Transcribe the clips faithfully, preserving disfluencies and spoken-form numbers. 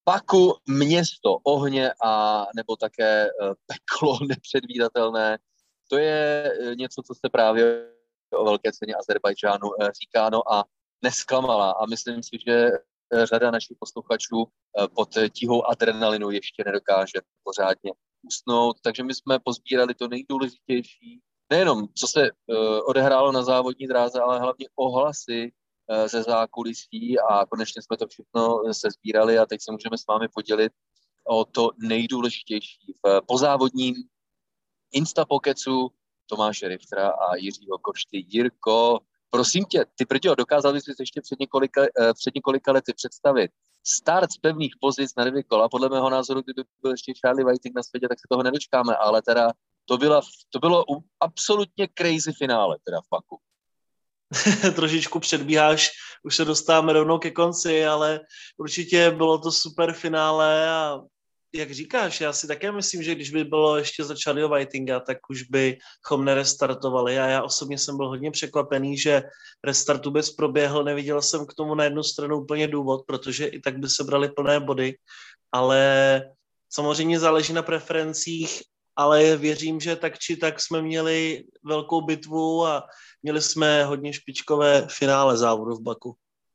Baku město ohně a nebo také peklo nepředvídatelné. To je něco, co se právě o velké ceně Azerbajdžánu říká, no a nesklamala. A myslím si, že řada našich posluchačů pod tíhou adrenalinu ještě nedokáže pořádně usnout. Takže my jsme pozbírali to nejdůležitější, nejenom co se odehrálo na závodní dráze, ale hlavně ohlasy ze zákulisí a konečně jsme to všechno sesbírali a teď se můžeme s vámi podělit o to nejdůležitější v pozávodním Instapokecu Tomáše Richtera a Jiřího Košty. Jirko, prosím tě, ty prďo, dokázal bys ještě před několika, před několika lety představit start z pevných pozic na dvě kola. Podle mého názoru, kdyby byl ještě Charlie Whiting na světě, tak se toho nedočkáme, ale teda to, byla, to bylo absolutně crazy finále teda v Baku. Trošičku předbíháš, už se dostáváme rovnou ke konci, ale určitě bylo to super finále a jak říkáš, já si také myslím, že když by bylo ještě za Charlieho Whitinga, tak už bychom nerestartovali a já osobně jsem byl hodně překvapený, že restart vůbec proběhl, neviděl jsem k tomu na jednu stranu úplně důvod, protože i tak by se brali plné body, ale samozřejmě záleží na preferencích, ale věřím, že tak či tak jsme měli velkou bitvu a měli jsme hodně špičkové finále závodu v Baku.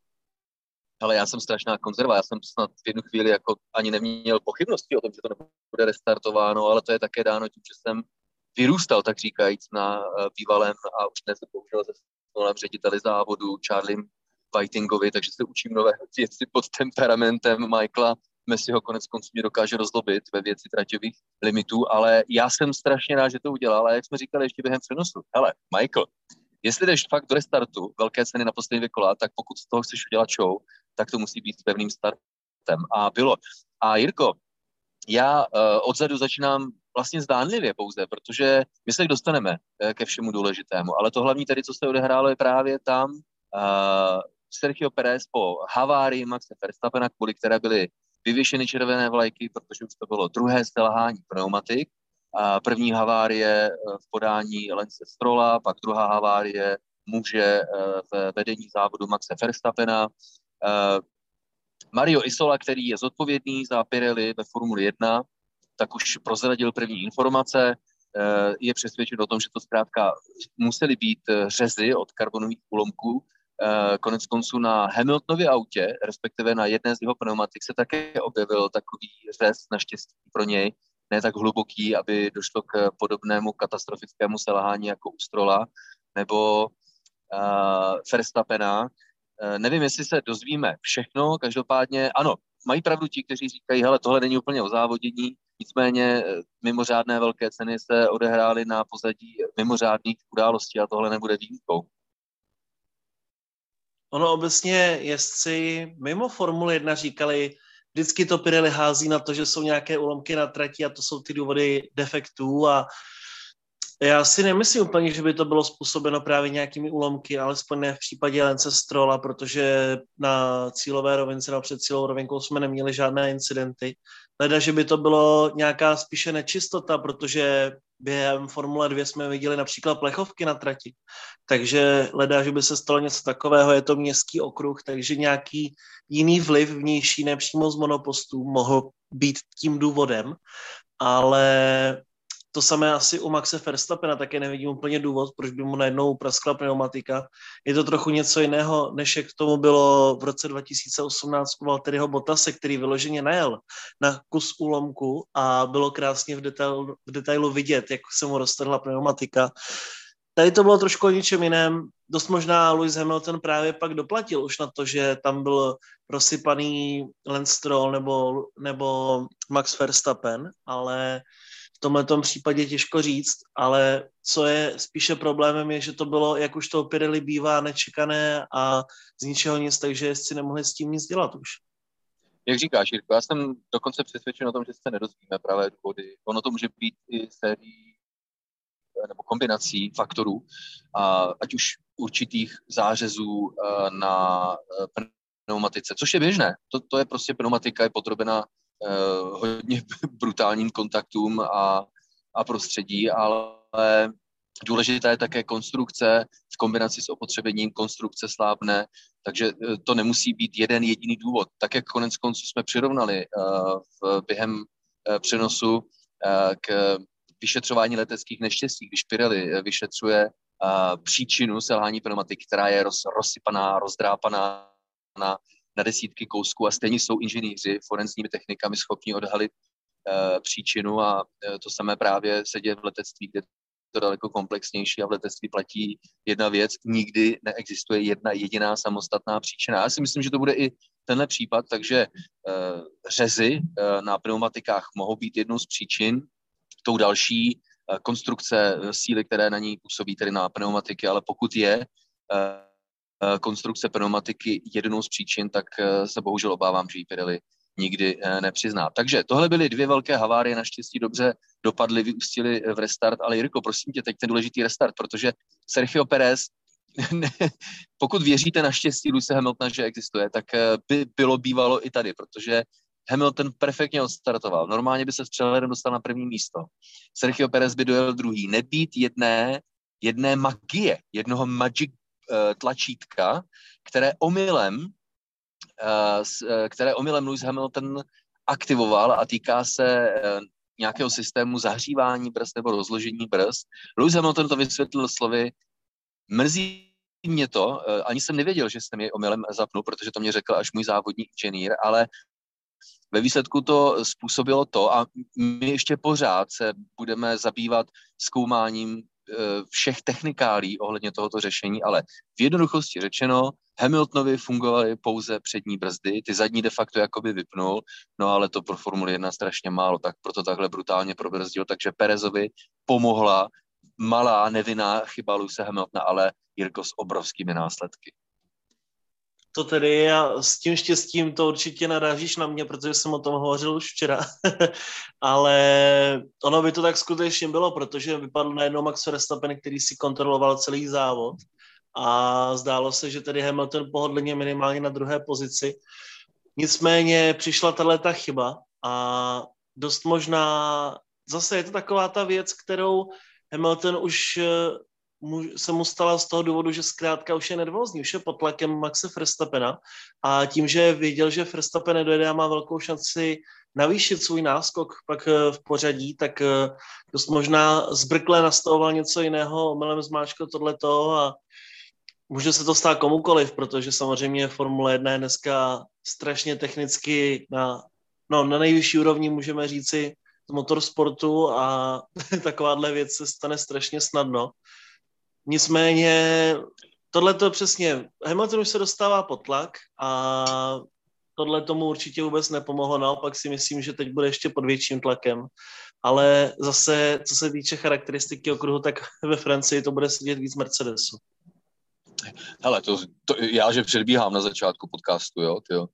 Ale já jsem strašná konzerva, já jsem snad v jednu chvíli jako ani neměl pochybnosti o tom, že to nebude restartováno, ale to je také dáno tím, že jsem vyrůstal, tak říkajíc, na bývalém a už dnes bohužel se stolem řediteli závodu Charliem Whitingovi, takže se učím nové věci pod temperamentem Michaela Messiho, konec konců mě dokáže rozlobit ve věci traťových limitů, ale já jsem strašně rád, že to udělal, a jak jsme říkali ještě během přenosu, hele, Michael, jestli jdeš fakt do restartu velké ceny na poslední dvě kola, tak pokud z toho chceš udělat show, tak to musí být s pevným startem. A bylo. A Jirko, já uh, odzadu začínám vlastně zdánlivě pouze, protože my se dostaneme uh, ke všemu důležitému, ale to hlavní tady, co se odehrálo, je právě tam uh, Sergio Pérez po havárii Maxe Verstappena, kvůli které byly vyvěšeny červené vlajky, protože už to bylo druhé selhání pneumatik. Uh, první havárie uh, v podání Lance Strolla, pak druhá havárie muže uh, v vedení závodu Maxe Verstappena. Uh, Mario Isola, který je zodpovědný za Pirelli ve Formuli jedna, tak už prozradil první informace. Uh, je přesvědčen o tom, že to zkrátka musely být řezy od karbonových úlomků. Uh, konec konců na Hamiltonově autě, respektive na jedné z jeho pneumatik, se také objevil takový řez, naštěstí pro něj, ne tak hluboký, aby došlo k podobnému katastrofickému selhání jako u Strolla nebo uh, Verstappena. Nevím, jestli se dozvíme všechno, každopádně ano, mají pravdu ti, kteří říkají, hele, tohle není úplně o závodění, nicméně mimořádné velké ceny se odehrály na pozadí mimořádných událostí a tohle nebude výjimkou. Ono obecně jezdci mimo Formule jedna říkali, vždycky to Pirelli hází na to, že jsou nějaké úlomky na trati a to jsou ty důvody defektů a já si nemyslím úplně, že by to bylo způsobeno právě nějakými úlomky, alespoň ne v případě Lance Strolla, protože na cílové rovince, na před cílovou rovinkou jsme neměli žádné incidenty. Leda, že by to bylo nějaká spíše nečistota, protože během Formule dva jsme viděli například plechovky na trati. Takže leda, že by se stalo něco takového, je to městský okruh, takže nějaký jiný vliv vnější, nepřímo z monopostů, mohl být tím důvodem, ale to samé asi u Maxe Verstappena, také nevidím úplně důvod, proč by mu najednou praskla pneumatika. Je to trochu něco jiného, než jak tomu bylo v roce dva tisíce osmnáct u Valtteriho Bottase, který vyloženě najel na kus úlomku a bylo krásně v detailu, v detailu vidět, jak se mu roztrhla pneumatika. Tady to bylo trošku o něčem jiném. Dost možná Lewis Hamilton právě pak doplatil už na to, že tam byl rozsypaný Lance Stroll nebo, nebo Max Verstappen, ale v tomhletom případě těžko říct, ale co je spíše problémem je, že to bylo, jak už to Pirelli bývá, nečekané a z ničeho nic, takže jezdci nemohli s tím nic dělat už. Jak říkáš, Jirko, já jsem dokonce přesvědčen o tom, že se nedozvíme pravé důvody. Ono to může být i sérií nebo kombinací faktorů, ať už určitých zářezů na pneumatice, což je běžné. To, to je prostě pneumatika, je podrobena hodně brutálním kontaktům a, a prostředí, ale Důležitá je také konstrukce, v kombinaci s opotřebením konstrukce slábne, takže to nemusí být jeden jediný důvod. Tak, jak konec konců jsme přirovnali uh, v, během uh, přenosu uh, k vyšetřování leteckých neštěstí, když Pirelli vyšetřuje uh, příčinu selhání pneumatik, která je roz, rozsypaná, rozdrápaná na, na desítky kousků a stejně jsou inženýři forenzními technikami schopni odhalit uh, příčinu a uh, to samé právě se děje v letectví, kde to daleko komplexnější a v letectví platí jedna věc, nikdy neexistuje jedna jediná samostatná příčina. Já si myslím, že to bude i tenhle případ, takže uh, řezy uh, na pneumatikách mohou být jednou z příčin, tou další uh, konstrukce uh, síly, které na ní působí, tedy na pneumatiky, ale pokud je uh, uh, konstrukce pneumatiky jednou z příčin, tak uh, se bohužel obávám, že ji Pirelli nikdy nepřizná. Takže tohle byly dvě velké havárie, naštěstí dobře dopadly, vyústily v restart, ale Jirko, prosím tě, teď ten důležitý restart, protože Sergio Pérez, pokud věříte naštěstí Lewise Hamiltona, že existuje, tak by bylo bývalo i tady, protože Hamilton perfektně odstartoval. Normálně by se s přehledem dostal na první místo. Sergio Pérez by dojel druhý. Nebýt jedné, jedné magie, jednoho magic uh, tlačítka, které omylem které omylem Lewis Hamilton aktivoval a týká se nějakého systému zahřívání brzd nebo rozložení brzd. Lewis Hamilton to vysvětlil slovy: mrzí mě to, ani jsem nevěděl, že jsem jej omylem zapnul, protože to mě řekl až můj závodní inženýr, ale ve výsledku to způsobilo to a my ještě pořád se budeme zabývat zkoumáním všech technikálí ohledně tohoto řešení, ale v jednoduchosti řečeno, Hamiltonovi fungovaly pouze přední brzdy, ty zadní de facto jakoby vypnul, no ale to pro Formuli jedna strašně málo, tak proto takhle brutálně probrzdil, takže Pérezovi pomohla malá nevinná chyba Lewise Hamiltona, ale Jirko s obrovskými následky. To tedy a s tím štěstím to určitě narážíš na mě, protože jsem o tom hovořil už včera, ale ono by to tak skutečně bylo, protože vypadl najednou Max Verstappen, který si kontroloval celý závod a zdálo se, že tedy Hamilton pohodlně minimálně na druhé pozici. Nicméně přišla tato chyba a dost možná, zase je to taková ta věc, kterou Hamilton už se mu stala z toho důvodu, že zkrátka už je nervózní, už je pod tlakem Maxe Verstappena a tím, že věděl, že Verstappen nedojede a má velkou šanci navýšit svůj náskok pak v pořadí, tak dost možná zbrkle nastavoval něco jiného, omylem zmáčkl tohleto a může se to stát komukoliv, protože samozřejmě Formule jedna je dneska strašně technicky na, no, na nejvyšší úrovni, můžeme říci, z motorsportu a takováhle věc se stane strašně snadno. Nicméně tohle to přesně, Hamilton už se dostává pod tlak a tohle tomu určitě vůbec nepomohlo, naopak si myslím, že teď bude ještě pod větším tlakem, ale zase, co se týče charakteristiky okruhu, tak ve Francii to bude sedět víc Mercedesu. Hele, to, to, já, že předbíhám na začátku podcastu, jo, tyjo.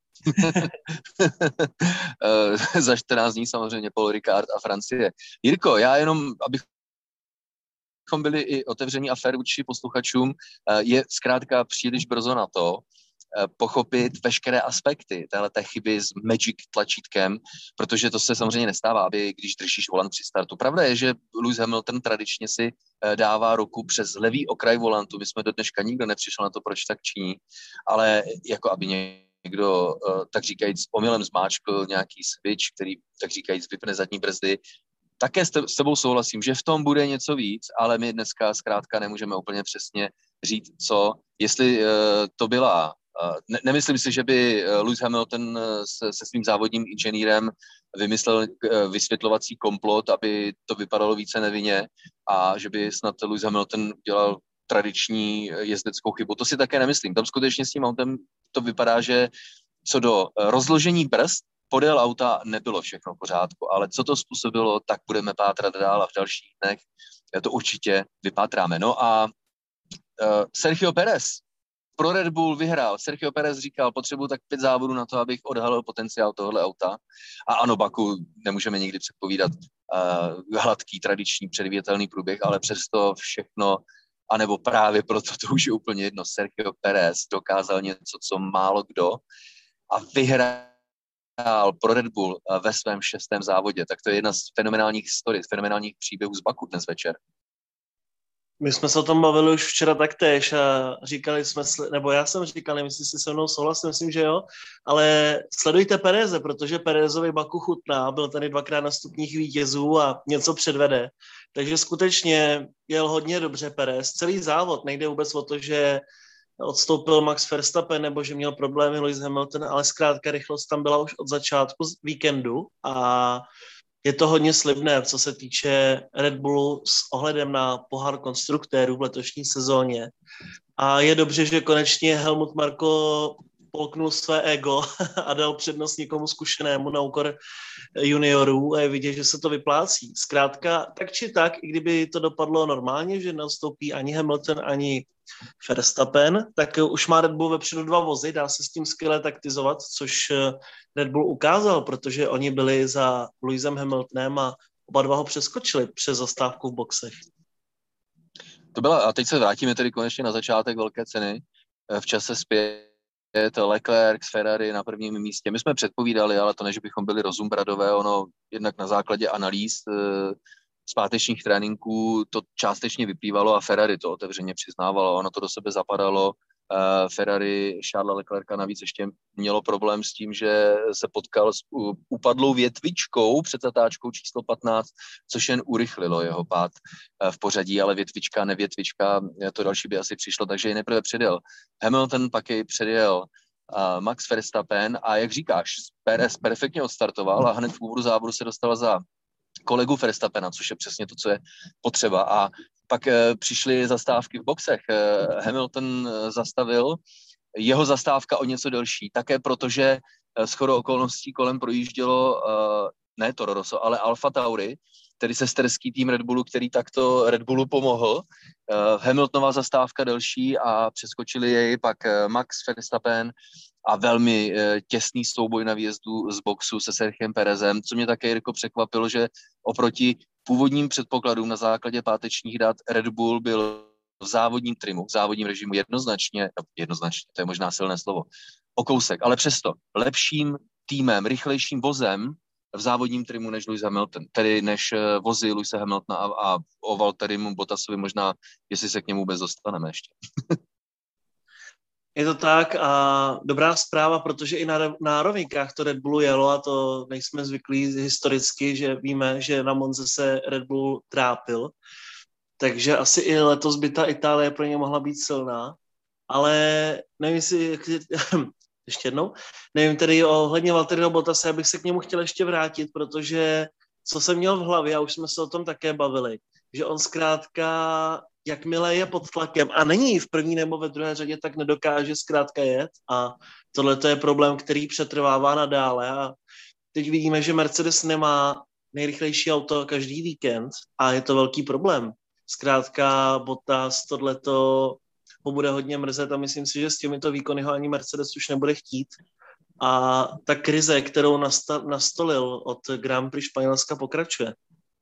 Za čtrnáct dní samozřejmě Paul Ricard a Francie. Jirko, já jenom, abych byli i otevření a fair vůči posluchačům, je zkrátka příliš brzo na to pochopit veškeré aspekty téhleté chyby s magic tlačítkem, protože to se samozřejmě nestává, aby když držíš volant při startu. Pravda je, že Lewis Hamilton tradičně si dává ruku přes levý okraj volantu. My jsme do dneška nikdo nepřišel na to, proč tak činí, ale jako aby někdo, tak říkajíc, omylem zmáčkl nějaký switch, který, tak říkajíc, vypne zadní brzdy. Také s tebou souhlasím, že v tom bude něco víc, ale my dneska zkrátka nemůžeme úplně přesně říct, co, jestli to byla. Ne, nemyslím si, že by Lewis Hamilton se, se svým závodním inženýrem vymyslel vysvětlovací komplot, aby to vypadalo více nevinně a že by snad Lewis Hamilton udělal tradiční jezdeckou chybu. To si také nemyslím. Tam skutečně s tím autem to vypadá, že co do rozložení brzd podél auta nebylo všechno v pořádku, ale co to způsobilo, tak budeme pátrat dál a v dalších dnech to určitě vypátráme. No a uh, Sergio Pérez pro Red Bull vyhrál. Sergio Pérez říkal, potřebuji tak pět závodů na to, abych odhalil potenciál tohohle auta. A ano, Baku nemůžeme nikdy předpovídat uh, hladký, tradiční, předvídatelný průběh, ale přesto všechno, anebo právě proto to už je úplně jedno. Sergio Pérez dokázal něco, co málo kdo a vyhrál pro Red Bull ve svém šestém závodě. Tak to je jedna z fenomenálních historií, z fenomenálních příběhů z Baku dnes večer. My jsme se o tom bavili už včera taktéž a říkali jsme, nebo já jsem říkal, nevím, jestli si se mnou souhlasím, myslím, že jo, ale sledujte Pereze, protože Perezovi Baku chutná, byl tady dvakrát na stupních vítězů a něco předvede. Takže skutečně jel hodně dobře Perez. Celý závod, nejde vůbec o to, že odstoupil Max Verstappen nebo že měl problémy Lewis Hamilton, ale zkrátka rychlost tam byla už od začátku víkendu a je to hodně slibné, co se týče Red Bullu s ohledem na pohár konstruktérů v letošní sezóně. A je dobře, že konečně Helmut Marko polknul své ego a dal přednost někomu zkušenému na úkor juniorů a je vidět, že se to vyplácí. Zkrátka, tak či tak, i kdyby to dopadlo normálně, že neodstoupí ani Hamilton, ani Verstappen, tak už má Red Bull vepředu dva vozy, dá se s tím skvěle taktizovat, což Red Bull ukázal, protože oni byli za Lewisem Hamiltonem a oba dva ho přeskočili přes zastávku v boxech. To byla, a teď se vrátíme tedy konečně na začátek velké ceny. V čase zpět Leclerc s Ferrari na prvním místě. My jsme předpovídali, ale to ne, že bychom byli rozumbradové, ono jednak na základě analýz z pátečních tréninků to částečně vyplývalo a Ferrari to otevřeně přiznávalo. Ono to do sebe zapadalo. Ferrari Charlesa Leclerca navíc ještě mělo problém s tím, že se potkal s upadlou větvičkou před zatáčkou číslo patnáct, což jen urychlilo jeho pád v pořadí, ale větvička, nevětvička, to další by asi přišlo, takže ji nejprve předjel Hamilton, pak jej předjel Max Verstappen a jak říkáš, Perez perfektně odstartoval a hned v úvodu závodu se dostal za kolegu Verstappena, což je přesně to, co je potřeba. A pak e, přišly zastávky v boxech. E, Hamilton e, zastavil, jeho zastávka o něco delší, také protože e, shodou okolností kolem projíždělo e, ne Toro Rosso, ale Alfa Tauri, tedy sesterský tým Red Bullu, který takto Red Bullu pomohl. E, Hamiltonová zastávka delší a přeskočili jej pak e, Max Verstappen a velmi e, těsný souboj na výjezdu z boxu se Sergiem Perezem, co mě také, Jirko, překvapilo, že oproti původním předpokladům na základě pátečních dat Red Bull byl v závodním trimu, v závodním režimu jednoznačně, no, jednoznačně, to je možná silné slovo, o kousek, ale přesto lepším týmem, rychlejším vozem v závodním trimu než Lewis Hamilton, tedy než vozy Lewise Hamiltona a, a o Valtterimu Bottasovi možná, jestli se k němu vůbec dostaneme ještě. Je to tak a dobrá zpráva, protože i na, na rovinkách to Red Bullu jelo a to nejsme zvyklí historicky, že víme, že na Monze se Red Bull trápil, takže asi i letos by ta Itálie pro ně mohla být silná, ale nevím, jestli, ještě jednou, nevím tedy ohledně Valtteriho Bottase, abych se k němu chtěl ještě vrátit, protože co jsem měl v hlavě, a už jsme se o tom také bavili, že on zkrátka jakmile je pod tlakem a není v první nebo ve druhé řadě, tak nedokáže zkrátka jet a tohle je problém, který přetrvává nadále a teď vidíme, že Mercedes nemá nejrychlejší auto každý víkend a je to velký problém. Zkrátka Bottas tohleto ho bude hodně mrzet a myslím si, že s těmito výkony ho ani Mercedes už nebude chtít a ta krize, kterou nasta- nastolil od Grand Prix Španělska, pokračuje.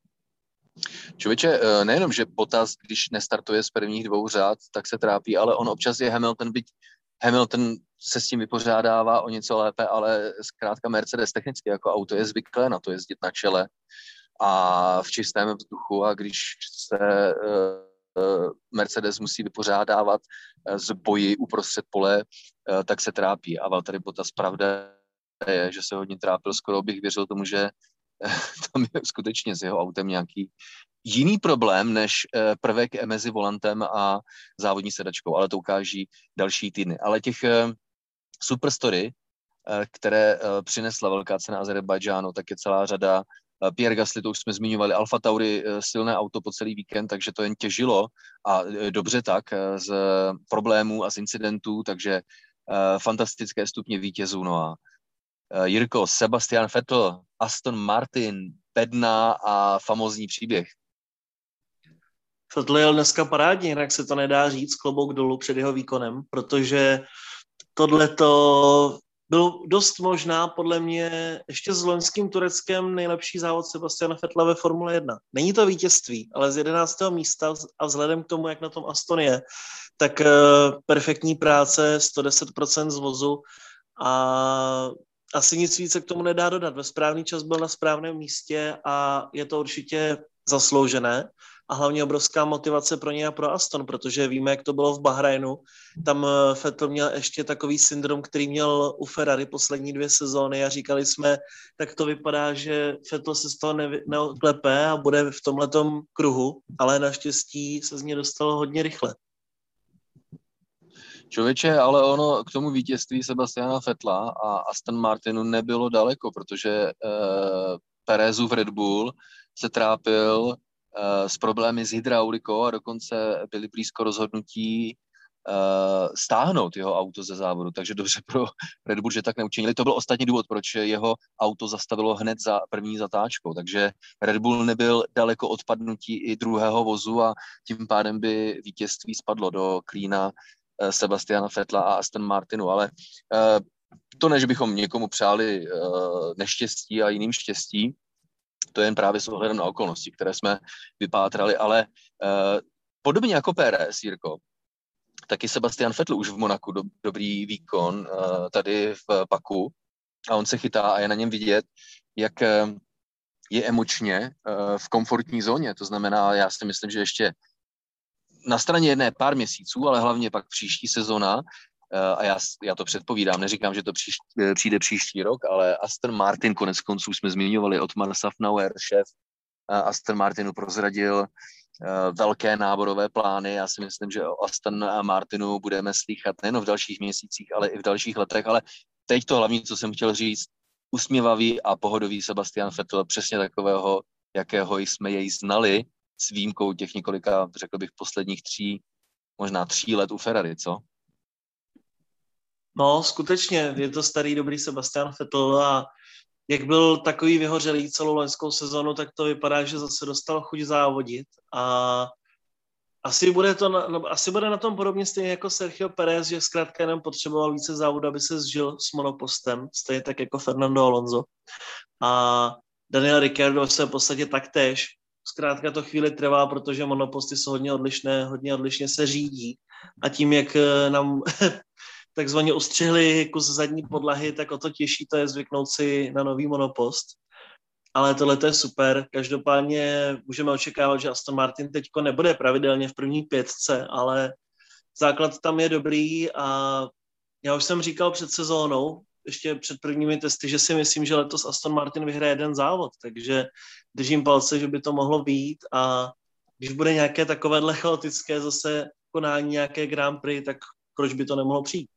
Člověče, nejenom, že Bottas, když nestartuje z prvních dvou řád, tak se trápí, ale on občas je Hamilton, byť Hamilton se s tím vypořádává o něco lépe, ale zkrátka Mercedes technicky jako auto je zvyklé na to jezdit na čele a v čistém vzduchu a když se uh, Mercedes musí vypořádávat z boji uprostřed pole, uh, tak se trápí. A Valtteri Bottas, pravda je, že se hodně trápil, skoro bych věřil tomu, že tam je skutečně s jeho autem nějaký jiný problém než prvek mezi volantem a závodní sedačkou, ale to ukáží další týdny. Ale těch super story, které přinesla velká cena Azerbajdžánu, tak je celá řada. Pierre Gasly, to už jsme zmiňovali, Alfa Tauri, silné auto po celý víkend, takže to jen těžilo a dobře tak z problémů a z incidentů, takže fantastické stupně vítězů. No a Jirko, Sebastian Vettel, Aston Martin, Bedna a famózní příběh. Vettel jel dneska parádně, jinak se to nedá říct, klobouk dolů před jeho výkonem, protože tohleto byl dost možná podle mě ještě s loňským Tureckem nejlepší závod Sebastiana Vettela ve Formule jedna. Není to vítězství, ale z jedenáctého místa a vzhledem k tomu, jak na tom Aston je, tak perfektní práce, sto deset procent z vozu a asi nic více k tomu nedá dodat. Ve správný čas byl na správném místě a je to určitě zasloužené. a hlavně obrovská motivace pro ně a pro Aston, protože víme, jak to bylo v Bahrajnu. Tam Vettel měl ještě takový syndrom, který měl u Ferrari poslední dvě sezóny a říkali jsme, tak to vypadá, že Vettel se z toho ne- neoklepe a bude v tomhletom kruhu, ale naštěstí se z něj dostalo hodně rychle. Člověče, ale ono k tomu vítězství Sebastiana Vettela a Aston Martinu nebylo daleko, protože uh, Pérezův Red Bull se trápil uh, s problémy s hydraulikou a dokonce byli blízko rozhodnutí uh, stáhnout jeho auto ze závodu. Takže dobře pro Red Bull, že tak neučinili. To byl ostatní důvod, proč jeho auto zastavilo hned za první zatáčkou. Takže Red Bull nebyl daleko od padnutí i druhého vozu a tím pádem by vítězství spadlo do klína Sebastiana Vettela a Aston Martinu, ale uh, to ne, že bychom někomu přáli uh, neštěstí a jiným štěstí, to je jen právě s ohledem na okolnosti, které jsme vypátrali, ale uh, podobně jako Pérez, Jirko, taky Sebastian Vettel už v Monaku do, dobrý výkon uh, tady v Baku a on se chytá a je na něm vidět, jak uh, je emočně uh, v komfortní zóně, to znamená, já si myslím, že ještě na straně jedné pár měsíců, ale hlavně pak příští sezona, a já, já to předpovídám, neříkám, že to příš, přijde příští rok, ale Aston Martin, konec konců jsme zmiňovali, Otmar Safnauer, šéf Aston Martinu, prozradil velké náborové plány. Já si myslím, že o Aston Martinu budeme slýchat nejen v dalších měsících, ale i v dalších letech, ale teď to hlavní, co jsem chtěl říct, usměvavý a pohodový Sebastian Vettel, přesně takového, jakého jsme jej znali, s výjimkou těch několika, řekl bych, posledních tří, možná tří let u Ferrari, co? No, skutečně, je to starý, dobrý Sebastian Vettel a jak byl takový vyhořelý celou loňskou sezonu, tak to vypadá, že zase dostal chuť závodit a asi bude, to na, no, asi bude na tom podobně stejně jako Sergio Pérez, že zkrátka jenom potřeboval více závodu, aby se zžil s monopostem, stejně tak jako Fernando Alonso. A Daniel Ricciardo se v podstatě taktéž. Zkrátka to chvíli trvá, protože monoposty jsou hodně odlišné, hodně odlišně se řídí. A tím, jak nám takzvaně ustřihli kus zadní podlahy, tak o to těžší to je zvyknout si na nový monopost. Ale tohle je super. Každopádně můžeme očekávat, že Aston Martin teďko nebude pravidelně v první pětce, ale základ tam je dobrý a já už jsem říkal před sezónou, ještě před prvními testy, že si myslím, že letos Aston Martin vyhraje jeden závod, takže držím palce, že by to mohlo být a když bude nějaké takovéhle chaotické zase konání nějaké Grand Prix, tak proč by to nemohlo přijít?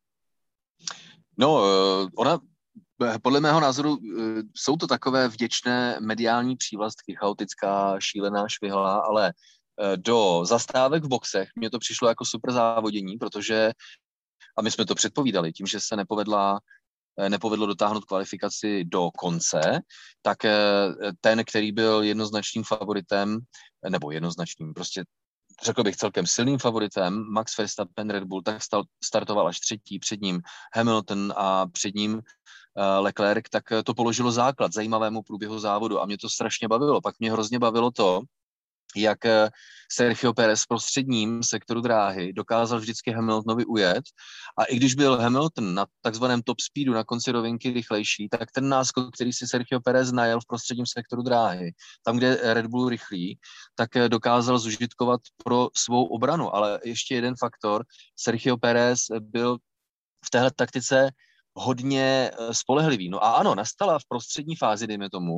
No, ona, podle mého názoru, jsou to takové vděčné mediální přívlastky, chaotická, šílená, švihlá, ale do zastávek v boxech mně to přišlo jako super závodění, protože, a my jsme to předpovídali, tím, že se nepovedla nepovedlo dotáhnout kvalifikaci do konce, tak ten, který byl jednoznačným favoritem, nebo jednoznačným, prostě řekl bych celkem silným favoritem, Max Verstappen Red Bull, tak stal, startoval až třetí, před ním Hamilton a před ním uh, Leclerc, tak to položilo základ zajímavému průběhu závodu a mě to strašně bavilo. Pak mě hrozně bavilo to, jak Sergio Pérez v prostředním sektoru dráhy dokázal vždycky Hamiltonovi ujet a i když byl Hamilton na takzvaném top speedu na konci rovinky rychlejší, tak ten náskok, který si Sergio Pérez najel v prostředním sektoru dráhy, tam, kde Red Bull rychlý, tak dokázal zužitkovat pro svou obranu, ale ještě jeden faktor, Sergio Pérez byl v téhle taktice hodně spolehlivý. No a ano, nastala v prostřední fázi, dejme tomu,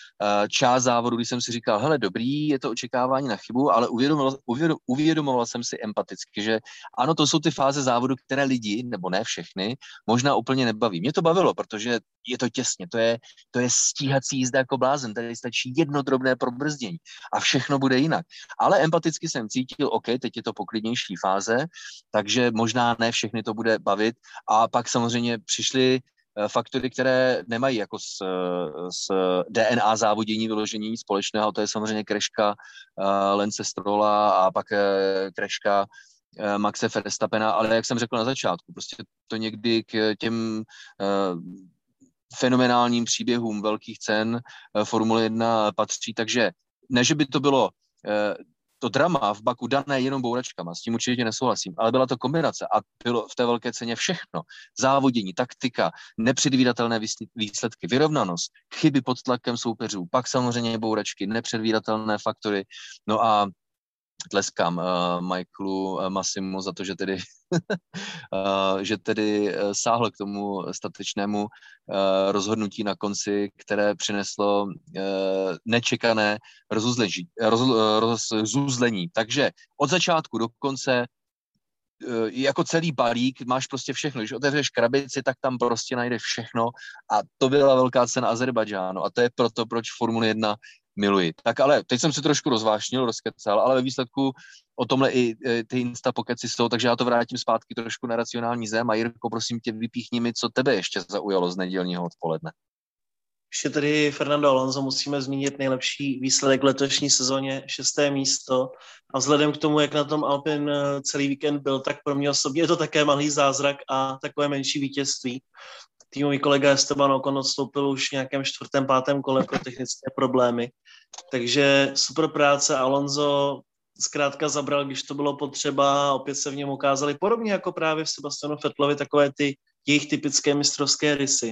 část závodu, když jsem si říkal, hele, dobrý, je to očekávání na chybu, ale uvědomoval, uvědom, uvědomoval jsem si empaticky, že ano, to jsou ty fáze závodu, které lidi, nebo ne všechny, možná úplně nebaví. Mě to bavilo, protože je to těsně, to je, to je stíhací jízda jako blázen, tady stačí jedno drobné probrzdění a všechno bude jinak. Ale empaticky jsem cítil, OK, teď je to poklidnější fáze, takže možná ne všechny to bude bavit a pak samozřejmě přišly faktory, které nemají jako s, s D N A závodění vyložení nic společného, to je samozřejmě crashka uh, Lance Strolla a pak uh, crashka uh, Maxe Verstappena, ale jak jsem řekl na začátku, prostě to někdy k těm uh, fenomenálním příběhům velkých cen uh, Formule jedna patří, takže ne, že by to bylo uh, to drama v Baku dané jenom bouračkama, s tím určitě nesouhlasím, ale byla to kombinace a bylo v té velké ceně všechno. Závodění, taktika, nepředvídatelné výsledky, vyrovnanost, chyby pod tlakem soupeřů, pak samozřejmě bouračky, nepředvídatelné faktory. No a tleskám uh, Michaelu uh, Massimu za to, že tedy, uh, že tedy uh, sáhl k tomu statečnému uh, rozhodnutí na konci, které přineslo uh, nečekané rozuzlení, roz, rozuzlení. Takže od začátku do konce uh, jako celý balík máš prostě všechno. Když otevřeš krabici, tak tam prostě najdeš všechno a to byla velká cena Azerbajdžánu a to je proto, proč Formule jedna miluji. Tak ale teď jsem se trošku rozvášnil, rozkecal, ale ve výsledku o tomhle i e, ty instapokeci jsou, takže já to vrátím zpátky trošku na racionální zem a Jirko, prosím tě, vypíchni mi, co tebe ještě zaujalo z nedělního odpoledne. Ještě tady Fernando Alonso musíme zmínit nejlepší výsledek v letošní sezóně, šesté místo. A vzhledem k tomu, jak na tom Alpine celý víkend byl, tak pro mě osobně je to také malý zázrak a takové menší vítězství. Týmový kolega Esteban Ocon odstoupil už v nějakém čtvrtém, pátém kole pro technické problémy. Takže super práce, Alonso zkrátka zabral, když to bylo potřeba, opět se v něm ukázali podobně jako právě v Sebastianu Vettlovi takové ty jejich typické mistrovské rysy.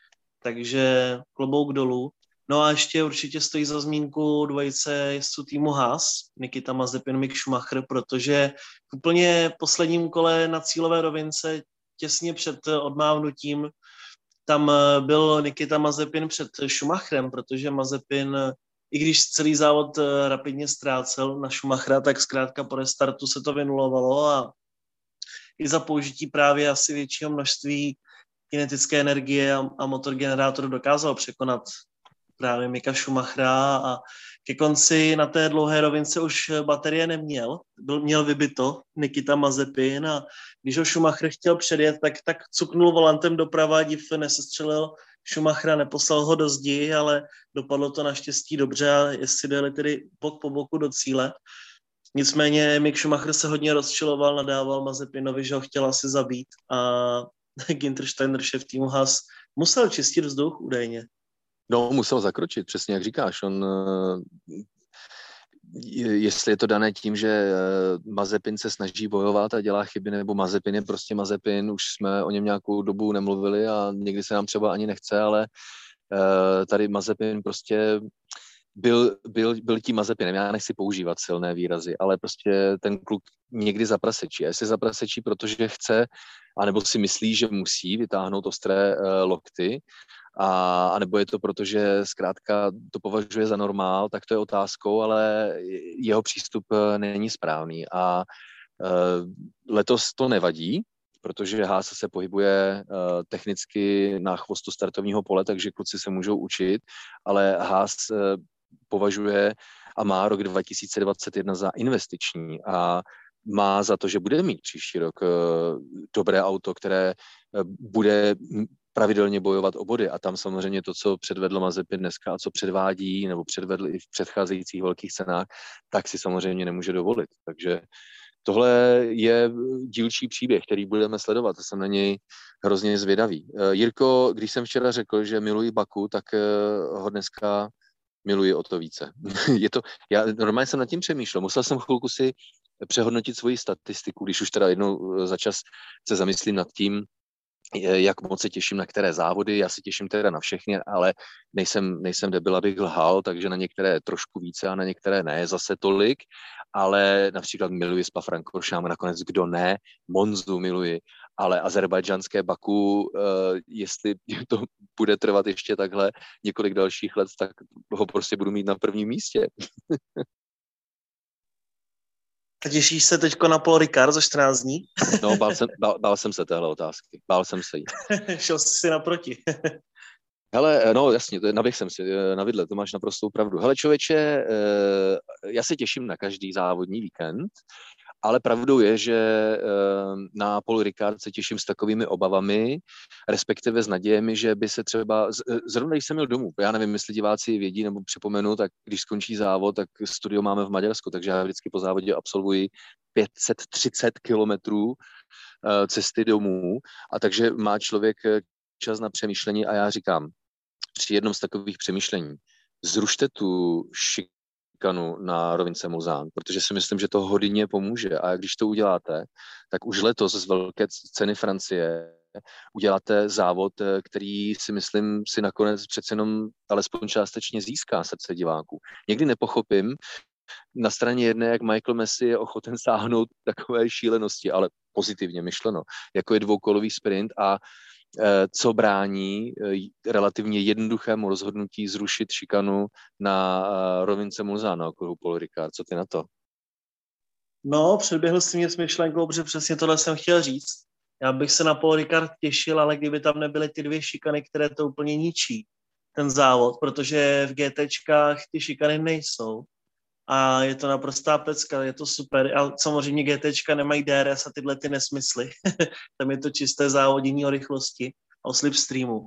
Takže klobouk dolů. No a ještě určitě stojí za zmínku dvojice jezdců týmu Haas, Nikita Mazepin, Mick Schumacher, protože v úplně posledním kole na cílové rovince těsně před odmávnutím tam byl Nikita Mazepin před Schumacherem, protože Mazepin, i když celý závod rapidně ztrácel na Schumachera, tak zkrátka po restartu se to vynulovalo a i za použití právě asi většího množství kinetické energie a, a motor generátoru dokázal překonat právě Micka Schumachera a ke konci na té dlouhé rovince už baterie neměl. Byl, měl vybito Nikita Mazepin a když ho Schumacher chtěl předjet, tak, tak cuknul volantem doprava, div nesestřelil Schumachera, neposlal ho do zdi, ale dopadlo to naštěstí dobře a jestli dojeli tedy bok po boku do cíle. Nicméně Mick Schumacher se hodně rozčiloval, nadával Mazepinovi, že ho chtěl asi zabít a Günther Steiner, šéf týmu Haas, musel čistit vzduch údajně. No, musel zakročit, přesně jak říkáš. On, jestli je to dané tím, že Mazepin se snaží bojovat a dělá chyby, nebo Mazepin je prostě Mazepin, už jsme o něm nějakou dobu nemluvili a někdy se nám třeba ani nechce, ale tady Mazepin prostě byl, byl, byl tím Mazepinem. Já nechci používat silné výrazy, ale prostě ten kluk někdy zaprasečí. A jestli zaprasečí, protože chce, anebo si myslí, že musí vytáhnout ostré uh, lokty, a, a nebo je to proto, že zkrátka to považuje za normál, tak to je otázkou, ale jeho přístup není správný. A uh, letos to nevadí, protože Haas se pohybuje uh, technicky na chvostu startovního pole, takže kluci se můžou učit, ale Haas uh, považuje a má rok dva tisíce dvacet jedna za investiční a má za to, že bude mít příští rok uh, dobré auto, které uh, bude pravidelně bojovat o body a tam samozřejmě to, co předvedl Mazepin dneska a co předvádí nebo předvedl i v předcházejících velkých cenách, tak si samozřejmě nemůže dovolit. Takže tohle je dílčí příběh, který budeme sledovat a jsem na něj hrozně zvědavý. Uh, Jirko, když jsem včera řekl, že miluji Baku, tak uh, ho dneska miluji o to více. Je to, já normálně jsem nad tím přemýšlel. Musel jsem chvilku si přehodnotit svoji statistiku, když už teda jednou za čas se zamyslím nad tím, jak moc se těším na které závody. Já se těším teda na všechny, ale nejsem, nejsem debil, abych lhal, takže na některé trošku více a na některé ne zase tolik, ale například miluji Spa-Francorchamps, nakonec kdo ne, Monzu miluji, ale azerbajdžanské Baku, jestli to bude trvat ještě takhle několik dalších let, tak ho prostě budu mít na prvním místě. A těšíš se teďko na Paul Ricard za čtrnáct dní? No, bál jsem, bál, bál jsem se téhle otázky. Bál jsem se jí. Šel jsi si naproti. Hele, no jasně, naběh jsem si na vidle, to máš naprostou pravdu. Hele člověče, já se těším na každý závodní víkend, ale pravdou je, že na Paul Ricard se těším s takovými obavami, respektive s nadějemi, že by se třeba, zrovna když jsem měl domů, já nevím, jestli diváci vědí nebo připomenu, tak když skončí závod, tak studio máme v Maďarsku, takže já vždycky po závodě absolvuji pět set třicet kilometrů cesty domů a takže má člověk čas na přemýšlení a já říkám, při jednom z takových přemýšlení, zrušte tu šikanu na rovince Mulsanne, protože si myslím, že to hodně pomůže a když to uděláte, tak už letos z velké ceny Francie uděláte závod, který si myslím si nakonec přece jenom alespoň částečně získá srdce diváků. Někdy nepochopím, na straně jedné, jak Michael Messi je ochoten sáhnout takové šílenosti, ale pozitivně myšleno, jako je dvoukolový sprint a co brání relativně jednoduchému rozhodnutí zrušit šikanu na rovince Mulzá na okruhu Paul Ricard. Co ty na to? No, předběhl si mě s myšlenkou, protože přesně tohle jsem chtěl říct. Já bych se na Paul Ricard těšil, ale kdyby tam nebyly ty dvě šikany, které to úplně ničí, ten závod, protože v GTčkách ty šikany nejsou. A je to naprostá pecka, je to super. A samozřejmě GTčka nemají D R S a tyhle ty nesmysly. Tam je to čisté závodění o rychlosti, o slipstreamu.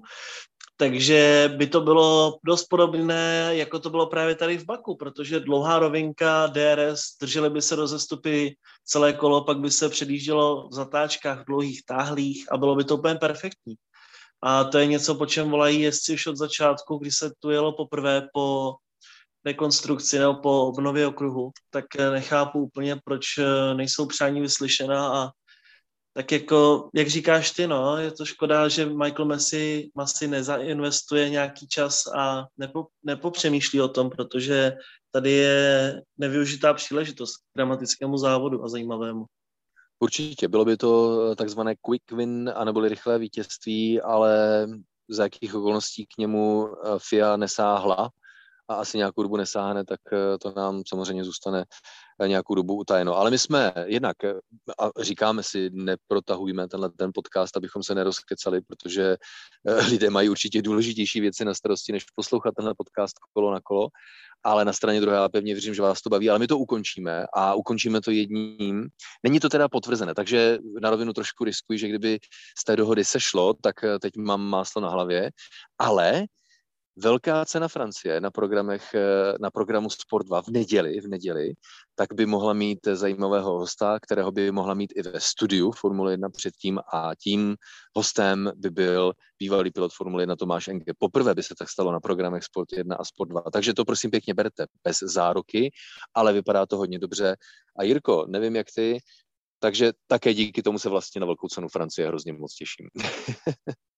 Takže by to bylo dost podobné, jako to bylo právě tady v Baku, protože dlouhá rovinka, D R S, držely by se rozestupy celé kolo, pak by se předjíždělo v zatáčkách dlouhých, táhlých a bylo by to úplně perfektní. A to je něco, po čem volají jezdci už od začátku, kdy se tu jelo poprvé po rekonstrukci nebo po obnově okruhu, tak nechápu úplně, proč nejsou přání vyslyšena a tak jako, jak říkáš ty, no, je to škoda, že Michael Messi asi nezainvestuje nějaký čas a nepo, nepopřemýšlí o tom, protože tady je nevyužitá příležitost k dramatickému závodu a zajímavému. Určitě, bylo by to takzvané quick win, anebo rychlé vítězství, ale za jakých okolností k němu F I A nesáhla a asi nějakou dobu nesáhne, tak to nám samozřejmě zůstane nějakou dobu utajeno. Ale my jsme jednak, a říkáme si, neprotahujme tenhle ten podcast, abychom se nerozkecali, protože lidé mají určitě důležitější věci na starosti, než poslouchat tenhle podcast kolo na kolo, ale na straně druhé já pevně věřím, že vás to baví, ale my to ukončíme a ukončíme to jedním. Není to teda potvrzené, takže na rovinu trošku riskuji, že kdyby z té dohody sešlo, tak teď mám máslo na hlavě, ale velká cena Francie na programech, na programu Sport dva v neděli, v neděli, tak by mohla mít zajímavého hosta, kterého by mohla mít i ve studiu Formule jedna předtím a tím hostem by byl bývalý pilot Formule jedna Tomáš Enge. Poprvé by se tak stalo na programech Sport jedna a Sport dva. Takže to prosím pěkně berte bez záruky, ale vypadá to hodně dobře. A Jirko, nevím jak ty, takže také díky tomu se vlastně na velkou cenu Francie hrozně moc těším.